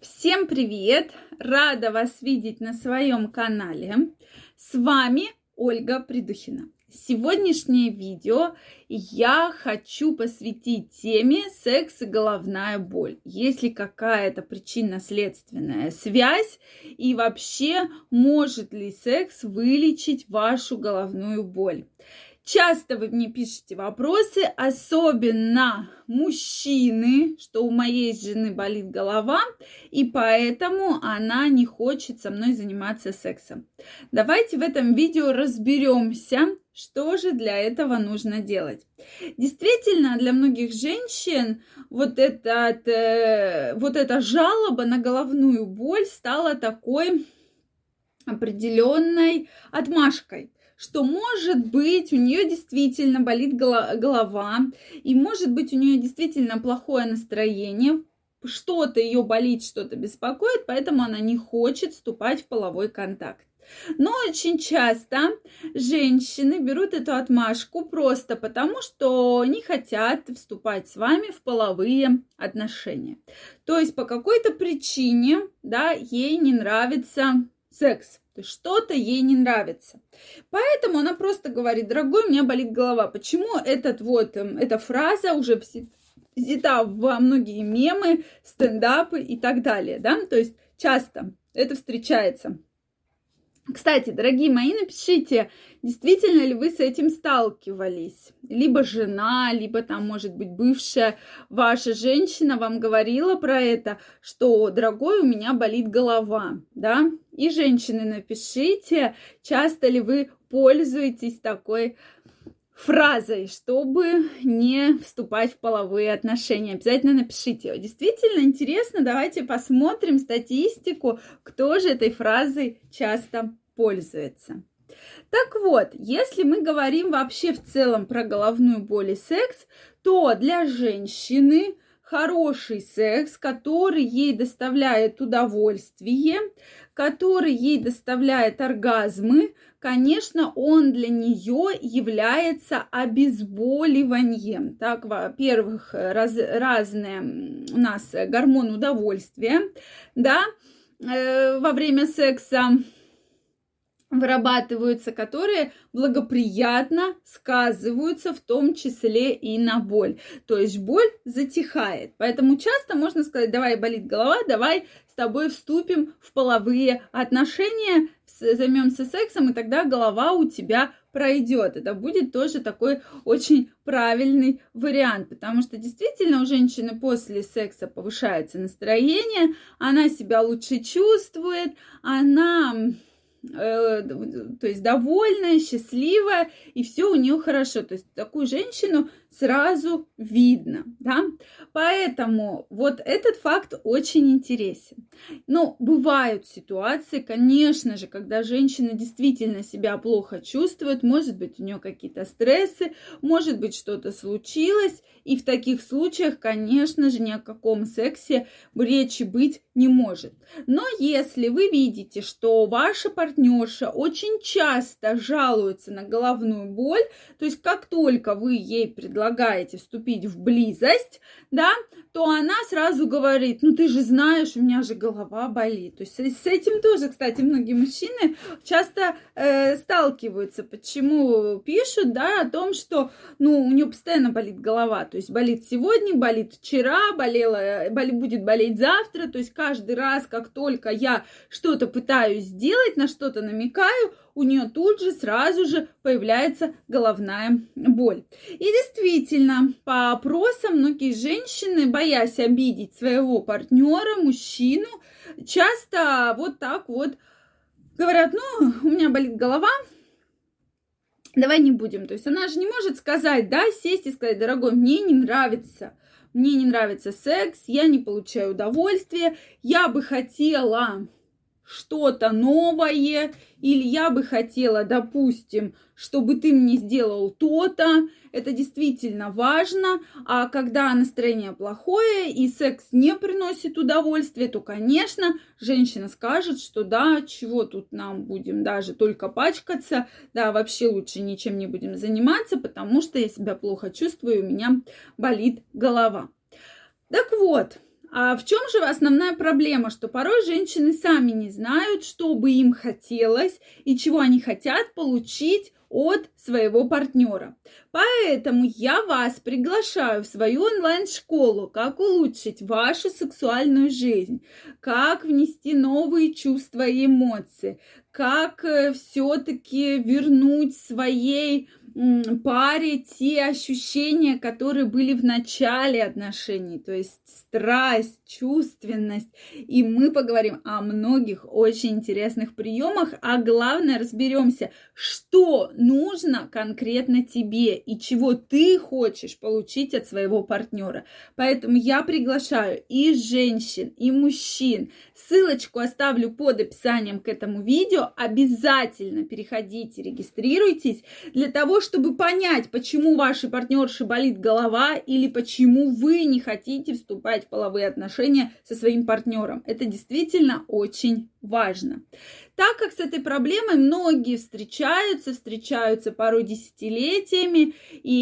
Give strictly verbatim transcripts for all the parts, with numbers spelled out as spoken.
Всем привет! Рада вас видеть на своем канале. С вами Ольга Придухина. Сегодняшнее видео я хочу посвятить теме секс и головная боль. Есть ли какая-то причинно-следственная связь и вообще может ли секс вылечить вашу головную боль? Часто вы мне пишете вопросы, особенно мужчины, что у моей жены болит голова, и поэтому она не хочет со мной заниматься сексом. Давайте в этом видео разберемся, что же для этого нужно делать. Действительно, для многих женщин вот, этот, э, вот эта жалоба на головную боль стала такой определенной отмашкой, что, может быть, у нее действительно болит голова, и, может быть, у нее действительно плохое настроение, что-то ее болит, что-то беспокоит, поэтому она не хочет вступать в половой контакт. Но очень часто женщины берут эту отмашку просто потому, что не хотят вступать с вами в половые отношения. То есть по какой-то причине, да, ей не нравится секс. То есть что-то ей не нравится. Поэтому она просто говорит: дорогой, у меня болит голова. Почему этот вот, эта фраза уже взята во многие мемы, стендапы и так далее, да? То есть часто это встречается. Кстати, дорогие мои, напишите, действительно ли вы с этим сталкивались? Либо жена, либо там, может быть, бывшая ваша женщина вам говорила про это, что, дорогой, у меня болит голова, да? И, женщины, напишите, часто ли вы пользуетесь такой фразой, чтобы не вступать в половые отношения. Обязательно напишите. Действительно интересно, давайте посмотрим статистику, кто же этой фразой часто пользуется. Так вот, если мы говорим вообще в целом про головную боль и секс, то для женщины хороший секс, который ей доставляет удовольствие, который ей доставляет оргазмы, конечно, он для нее является обезболиванием. Так, во-первых, раз, разные у нас гормоны удовольствия, да, э, во время секса вырабатываются, которые благоприятно сказываются, в том числе и на боль. То есть боль затихает. Поэтому часто можно сказать: давай, болит голова, давай с тобой вступим в половые отношения, займемся сексом, и тогда голова у тебя пройдет. Это будет тоже такой очень правильный вариант, потому что действительно у женщины после секса повышается настроение, она себя лучше чувствует, она... то есть довольная, счастливая, и все у нее хорошо. То есть такую женщину сразу видно, да. Поэтому вот этот факт очень интересен. Но бывают ситуации, конечно же, когда женщина действительно себя плохо чувствует, может быть, у нее какие-то стрессы, может быть, что-то случилось, и в таких случаях, конечно же, ни о каком сексе речи быть не может. Но если вы видите, что ваша партнерша очень часто жалуется на головную боль, то есть как только вы ей предлагаете вступить в близость, да, то она сразу говорит: ну ты же знаешь, у меня же голова болит. То есть с этим тоже, кстати, многие мужчины часто э, сталкиваются. Почему пишут, да, о том, что, ну, у нее постоянно болит голова. То есть болит сегодня, болит вчера, болела, болит, будет болеть завтра. То есть каждый раз, как только я что-то пытаюсь сделать, на что-то намекаю, у нее тут же сразу же появляется головная боль. И действительно, по опросам, многие женщины, боясь обидеть своего партнера, мужчину, часто вот так вот говорят: ну, у меня болит голова, давай не будем. То есть она же не может сказать, да, сесть и сказать: дорогой, мне не нравится, мне не нравится секс, я не получаю удовольствия, я бы хотела что-то новое, или я бы хотела, допустим, чтобы ты мне сделал то-то. Это действительно важно. А когда настроение плохое и секс не приносит удовольствия, то, конечно, женщина скажет, что да, чего тут нам будем даже только пачкаться, да, вообще лучше ничем не будем заниматься, потому что я себя плохо чувствую, у меня болит голова. Так вот, А в чем же основная проблема? Что порой женщины сами не знают, что бы им хотелось и чего они хотят получить от своего партнера. Поэтому я вас приглашаю в свою онлайн-школу, как улучшить вашу сексуальную жизнь, как внести новые чувства и эмоции, как все-таки вернуть своей паре те ощущения, которые были в начале отношений, то есть страсть, чувственность. И мы поговорим о многих очень интересных приемах, а главное разберемся, что нужно конкретно тебе и чего ты хочешь получить от своего партнера. Поэтому я приглашаю и женщин, и мужчин. Ссылочку оставлю под описанием к этому видео. Обязательно переходите, регистрируйтесь для того, чтобы понять, почему вашей партнерши болит голова или почему вы не хотите вступать в половые отношения со своим партнером. Это действительно очень важно. Так как с этой проблемой многие встречаются, встречаются порой десятилетиями,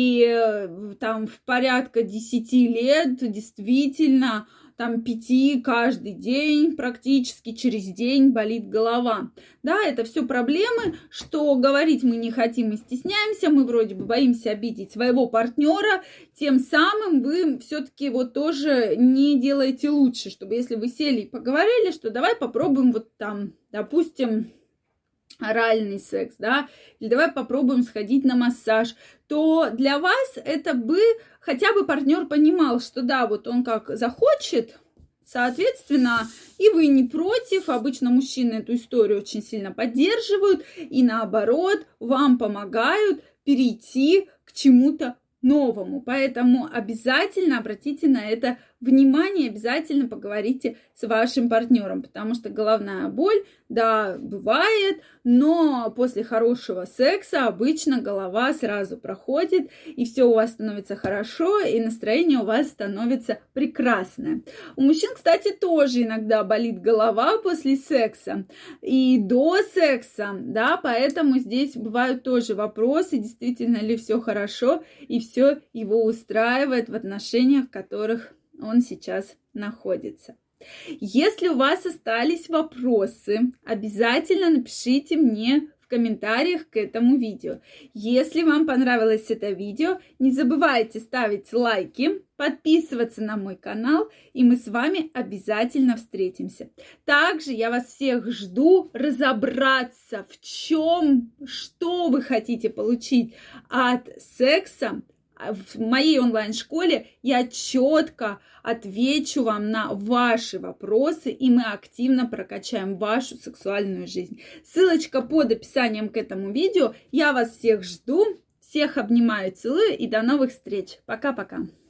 и там в порядка десяти лет действительно там пяти каждый день, практически через день болит голова. Да, это все проблемы, что говорить мы не хотим и стесняемся, мы вроде бы боимся обидеть своего партнера, тем самым вы все-таки вот тоже не делаете лучше, чтобы если вы сели и поговорили, что давай попробуем вот там, допустим, оральный секс, да, или давай попробуем сходить на массаж, то для вас это бы хотя бы партнер понимал, что да, вот он как захочет, соответственно, и вы не против. Обычно мужчины эту историю очень сильно поддерживают и наоборот вам помогают перейти к чему-то новому. Поэтому обязательно обратите на это внимание, обязательно поговорите с вашим партнером, потому что головная боль, да, бывает, но после хорошего секса обычно голова сразу проходит, и все у вас становится хорошо, и настроение у вас становится прекрасное. У мужчин, кстати, тоже иногда болит голова после секса и до секса, да, поэтому здесь бывают тоже вопросы, действительно ли все хорошо, и все его устраивает в отношениях, в которых он сейчас находится. Если у вас остались вопросы, обязательно напишите мне в комментариях к этому видео. Если вам понравилось это видео, не забывайте ставить лайки, подписываться на мой канал, и мы с вами обязательно встретимся. Также я вас всех жду разобраться, в чем, что вы хотите получить от секса. В моей онлайн-школе я четко отвечу вам на ваши вопросы, и мы активно прокачаем вашу сексуальную жизнь. Ссылочка под описанием к этому видео. Я вас всех жду, всех обнимаю, целую и до новых встреч. Пока-пока.